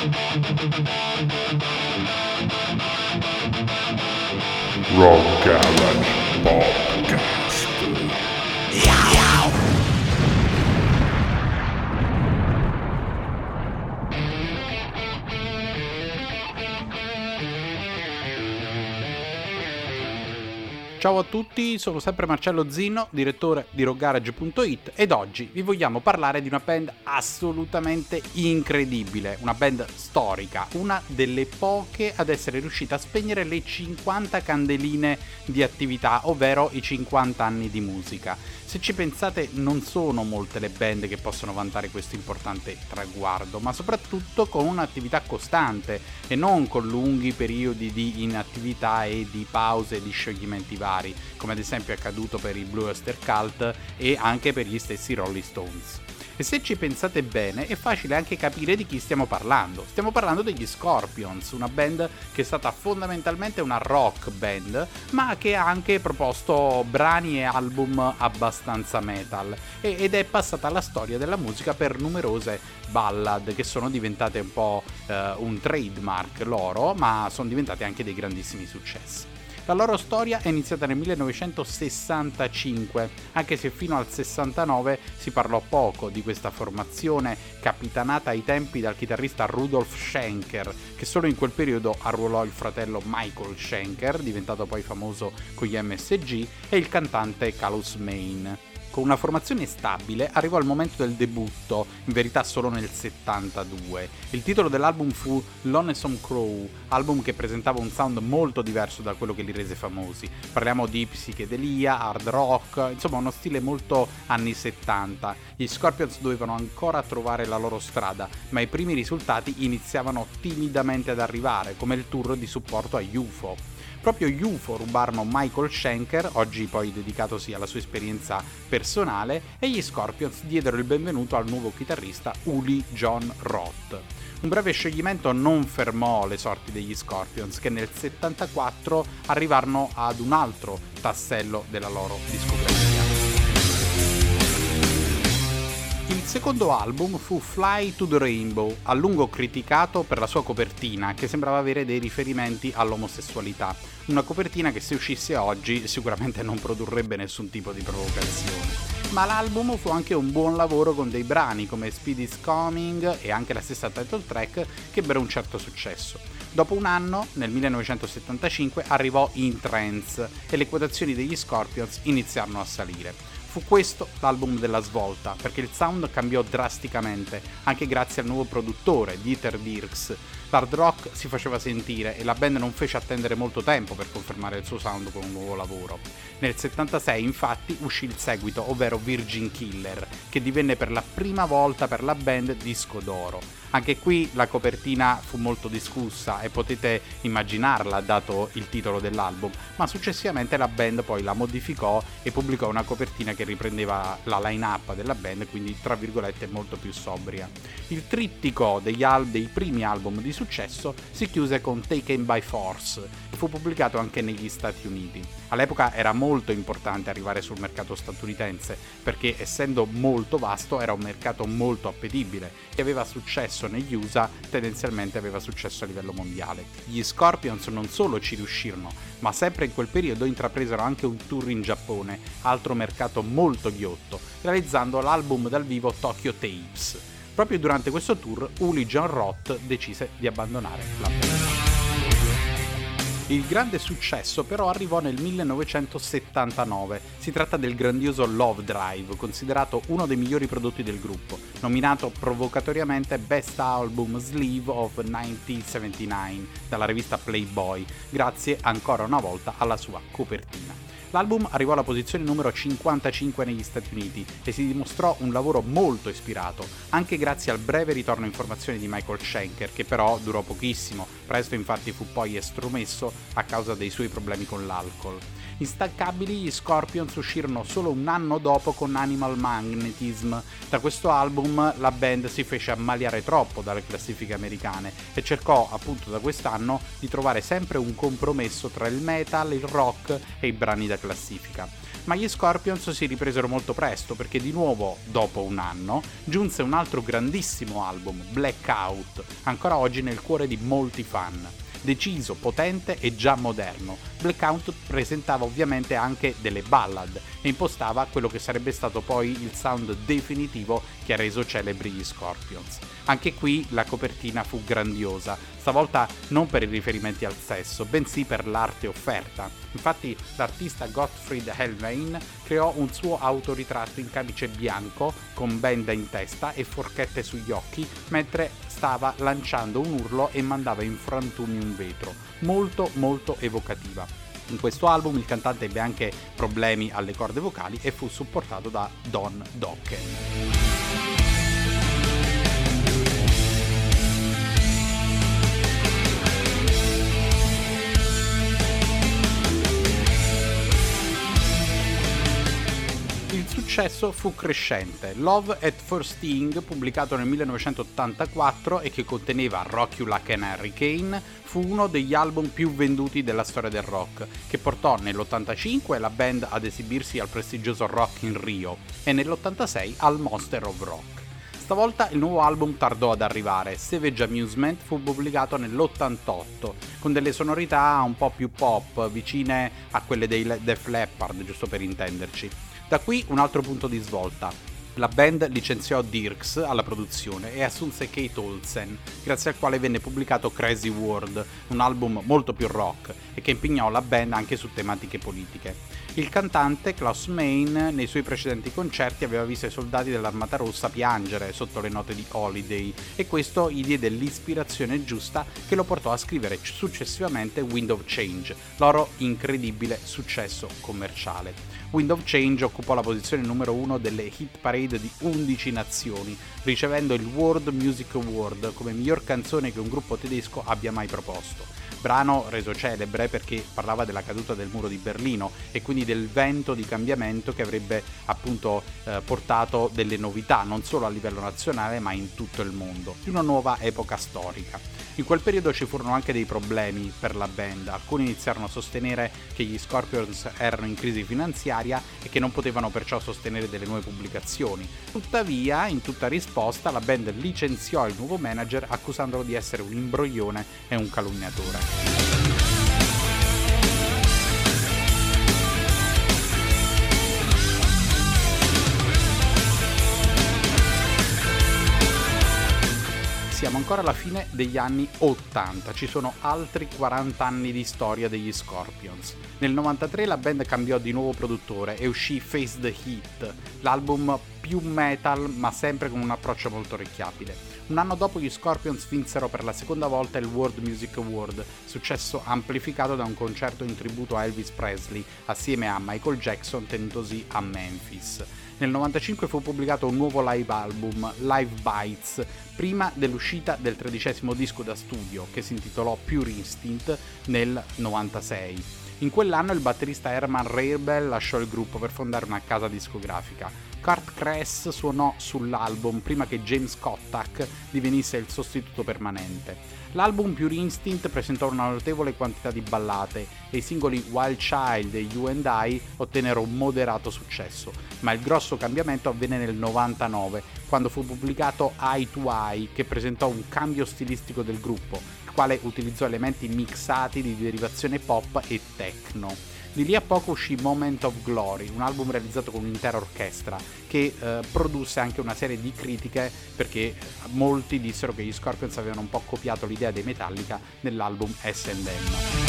Rock Garage Podcast. Ciao a tutti, sono sempre Marcello Zinno, direttore di rockgarage.it ed oggi vi vogliamo parlare di una band assolutamente incredibile, una band storica, una delle poche ad essere riuscita a spegnere le 50 candeline di attività, ovvero i 50 anni di musica. Se ci pensate, non sono molte le band che possono vantare questo importante traguardo, ma soprattutto con un'attività costante e non con lunghi periodi di inattività e di pause e di scioglimenti vari, come ad esempio è accaduto per i Blue Oyster Cult e anche per gli stessi Rolling Stones. E se ci pensate bene è facile anche capire di chi stiamo parlando. Stiamo parlando degli Scorpions, una band che è stata fondamentalmente una rock band, ma che ha anche proposto brani e album abbastanza metal ed è passata alla storia della musica per numerose ballad che sono diventate un po' un trademark loro, ma sono diventate anche dei grandissimi successi. La loro storia è iniziata nel 1965, anche se fino al 69 si parlò poco di questa formazione capitanata ai tempi dal chitarrista Rudolf Schenker, che solo in quel periodo arruolò il fratello Michael Schenker, diventato poi famoso con gli MSG, e il cantante Kalus Main. Con una formazione stabile arrivò il momento del debutto, in verità solo nel 72. Il titolo dell'album fu Lonesome Crow, album che presentava un sound molto diverso da quello che li rese famosi. Parliamo di psichedelia, hard rock, insomma uno stile molto anni 70. Gli Scorpions dovevano ancora trovare la loro strada, ma i primi risultati iniziavano timidamente ad arrivare, come il tour di supporto a UFO. Proprio UFO rubarono Michael Schenker, oggi poi dedicatosi alla sua esperienza personale, e gli Scorpions diedero il benvenuto al nuovo chitarrista Uli Jon Roth. Un breve scioglimento non fermò le sorti degli Scorpions, che nel 74 arrivarono ad un altro tassello della loro discografia. Il secondo album fu Fly to the Rainbow, a lungo criticato per la sua copertina, che sembrava avere dei riferimenti all'omosessualità. Una copertina che se uscisse oggi sicuramente non produrrebbe nessun tipo di provocazione. Ma l'album fu anche un buon lavoro con dei brani come Speed is Coming e anche la stessa title track che ebbero un certo successo. Dopo un anno, nel 1975, arrivò In Trance e le quotazioni degli Scorpions iniziarono a salire. Fu questo l'album della svolta, perché il sound cambiò drasticamente, anche grazie al nuovo produttore, Dieter Dierks. L'hard rock si faceva sentire e la band non fece attendere molto tempo per confermare il suo sound con un nuovo lavoro. Nel 76 infatti uscì il seguito, ovvero Virgin Killer, che divenne per la prima volta per la band disco d'oro. Anche qui la copertina fu molto discussa e potete immaginarla dato il titolo dell'album, ma successivamente la band poi la modificò e pubblicò una copertina che riprendeva la line-up della band, quindi tra virgolette molto più sobria. Il trittico dei primi album di successo si chiuse con Taken by Force, che fu pubblicato anche negli Stati Uniti. All'epoca era molto importante arrivare sul mercato statunitense, perché essendo molto vasto era un mercato molto appetibile, che aveva successo negli USA, tendenzialmente aveva successo a livello mondiale. Gli Scorpions non solo ci riuscirono, ma sempre in quel periodo intrapresero anche un tour in Giappone, altro mercato molto ghiotto, realizzando l'album dal vivo Tokyo Tapes. Proprio durante questo tour Uli Jon Roth decise di abbandonare la band. Il grande successo però arrivò nel 1979, si tratta del grandioso Love Drive, considerato uno dei migliori prodotti del gruppo, nominato provocatoriamente Best Album Sleeve of 1979 dalla rivista Playboy, grazie ancora una volta alla sua copertina. L'album arrivò alla posizione numero 55 negli Stati Uniti e si dimostrò un lavoro molto ispirato, anche grazie al breve ritorno in formazione di Michael Schenker, che però durò pochissimo, presto infatti fu poi estromesso a causa dei suoi problemi con l'alcol. Instancabili, gli Scorpions uscirono solo un anno dopo con Animal Magnetism. Da questo album la band si fece ammaliare troppo dalle classifiche americane e cercò appunto da quest'anno di trovare sempre un compromesso tra il metal, il rock e i brani da classifica. Ma gli Scorpions si ripresero molto presto perché di nuovo, dopo un anno, giunse un altro grandissimo album, Blackout, ancora oggi nel cuore di molti fan. Deciso, potente e già moderno, Blackout presentava ovviamente anche delle ballad e impostava quello che sarebbe stato poi il sound definitivo che ha reso celebri gli Scorpions. Anche qui la copertina fu grandiosa, stavolta non per i riferimenti al sesso, bensì per l'arte offerta. Infatti l'artista Gottfried Helnwein creò un suo autoritratto in camice bianco con benda in testa e forchette sugli occhi mentre stava lanciando un urlo e mandava in frantumi un vetro, molto molto evocativa. In questo album il cantante ebbe anche problemi alle corde vocali e fu supportato da Don Dokken. Il successo fu crescente. Love at First Sting, pubblicato nel 1984 e che conteneva Rock You Like an Hurricane, fu uno degli album più venduti della storia del rock, che portò nell'85 la band ad esibirsi al prestigioso Rock in Rio e nell'86 al Monster of Rock. Stavolta il nuovo album tardò ad arrivare. Savage Amusement fu pubblicato nell'88 con delle sonorità un po' più pop, vicine a quelle dei Def Leppard, giusto per intenderci. Da qui un altro punto di svolta. La band licenziò Dirks alla produzione e assunse Kate Olsen, grazie al quale venne pubblicato Crazy World, un album molto più rock e che impegnò la band anche su tematiche politiche. Il cantante Klaus Meine nei suoi precedenti concerti aveva visto i soldati dell'Armata Rossa piangere sotto le note di Holiday e questo gli diede l'ispirazione giusta che lo portò a scrivere successivamente Wind of Change, loro incredibile successo commerciale. Wind of Change occupò la posizione numero 1 delle hit parade di 11 nazioni, ricevendo il World Music Award come miglior canzone che un gruppo tedesco abbia mai proposto. Brano reso celebre perché parlava della caduta del muro di Berlino e quindi del vento di cambiamento che avrebbe appunto portato delle novità non solo a livello nazionale ma in tutto il mondo, di una nuova epoca storica. In quel periodo ci furono anche dei problemi per la band, alcuni iniziarono a sostenere che gli Scorpions erano in crisi finanziaria e che non potevano perciò sostenere delle nuove pubblicazioni. Tuttavia, in tutta risposta, la band licenziò il nuovo manager accusandolo di essere un imbroglione e un calunniatore. Siamo ancora alla fine degli anni 80, ci sono altri 40 anni di storia degli Scorpions. Nel 93 la band cambiò di nuovo produttore e uscì Face the Heat, l'album più metal ma sempre con un approccio molto orecchiabile. Un anno dopo gli Scorpions vinsero per la seconda volta il World Music Award, successo amplificato da un concerto in tributo a Elvis Presley assieme a Michael Jackson tenutosi a Memphis. Nel 95 fu pubblicato un nuovo live album, Live Bites, prima dell'uscita del 13° disco da studio, che si intitolò Pure Instinct nel 96. In quell'anno il batterista Herman Rarebell lasciò il gruppo per fondare una casa discografica. Kurt Kress suonò sull'album prima che James Kottak divenisse il sostituto permanente. L'album Pure Instinct presentò una notevole quantità di ballate e i singoli Wild Child e You and I ottennero un moderato successo, ma il grosso cambiamento avvenne nel 99, quando fu pubblicato Eye to Eye, che presentò un cambio stilistico del gruppo, il quale utilizzò elementi mixati di derivazione pop e techno. Di lì a poco uscì Moment of Glory, un album realizzato con un'intera orchestra, che produsse anche una serie di critiche perché molti dissero che gli Scorpions avevano un po' copiato l'idea dei Metallica nell'album S&M.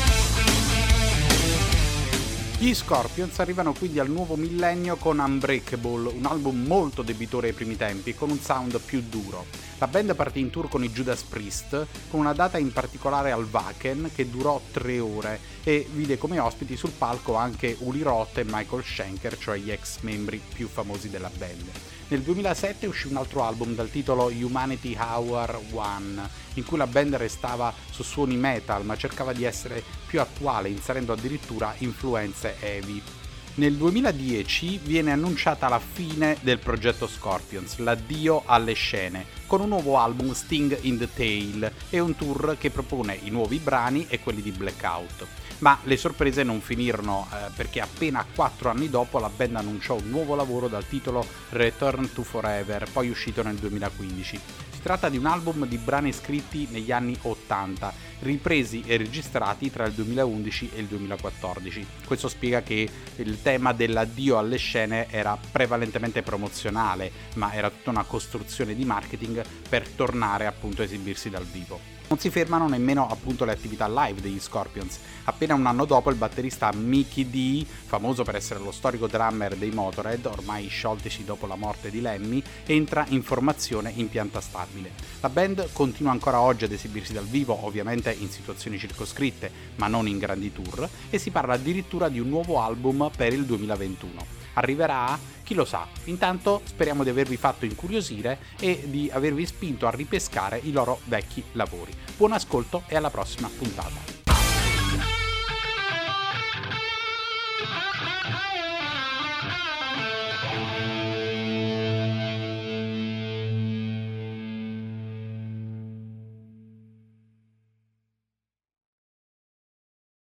Gli Scorpions arrivano quindi al nuovo millennio con Unbreakable, un album molto debitore ai primi tempi, con un sound più duro. La band partì in tour con i Judas Priest, con una data in particolare al Wacken che durò 3 ore e vide come ospiti sul palco anche Uli Roth e Michael Schenker, cioè gli ex membri più famosi della band. Nel 2007 uscì un altro album dal titolo Humanity Hour 1, in cui la band restava su suoni metal ma cercava di essere più attuale, inserendo addirittura influenze heavy. Nel 2010 viene annunciata la fine del progetto Scorpions, l'addio alle scene, con un nuovo album Sting in the Tail e un tour che propone i nuovi brani e quelli di Blackout. Ma le sorprese non finirono perché appena 4 anni dopo la band annunciò un nuovo lavoro dal titolo Return to Forever, poi uscito nel 2015. Si tratta di un album di brani scritti negli anni 80, ripresi e registrati tra il 2011 e il 2014. Questo spiega che il tema dell'addio alle scene era prevalentemente promozionale, ma era tutta una costruzione di marketing per tornare appunto a esibirsi dal vivo. Non si fermano nemmeno appunto le attività live degli Scorpions. Appena un anno dopo il batterista Mikkey Dee, famoso per essere lo storico drummer dei Motörhead, ormai scioltisi dopo la morte di Lemmy, entra in formazione in pianta stabile. La band continua ancora oggi ad esibirsi dal vivo, ovviamente in situazioni circoscritte, ma non in grandi tour, e si parla addirittura di un nuovo album per il 2021. Arriverà? Chi lo sa. Intanto speriamo di avervi fatto incuriosire e di avervi spinto a ripescare i loro vecchi lavori. Buon ascolto e alla prossima puntata.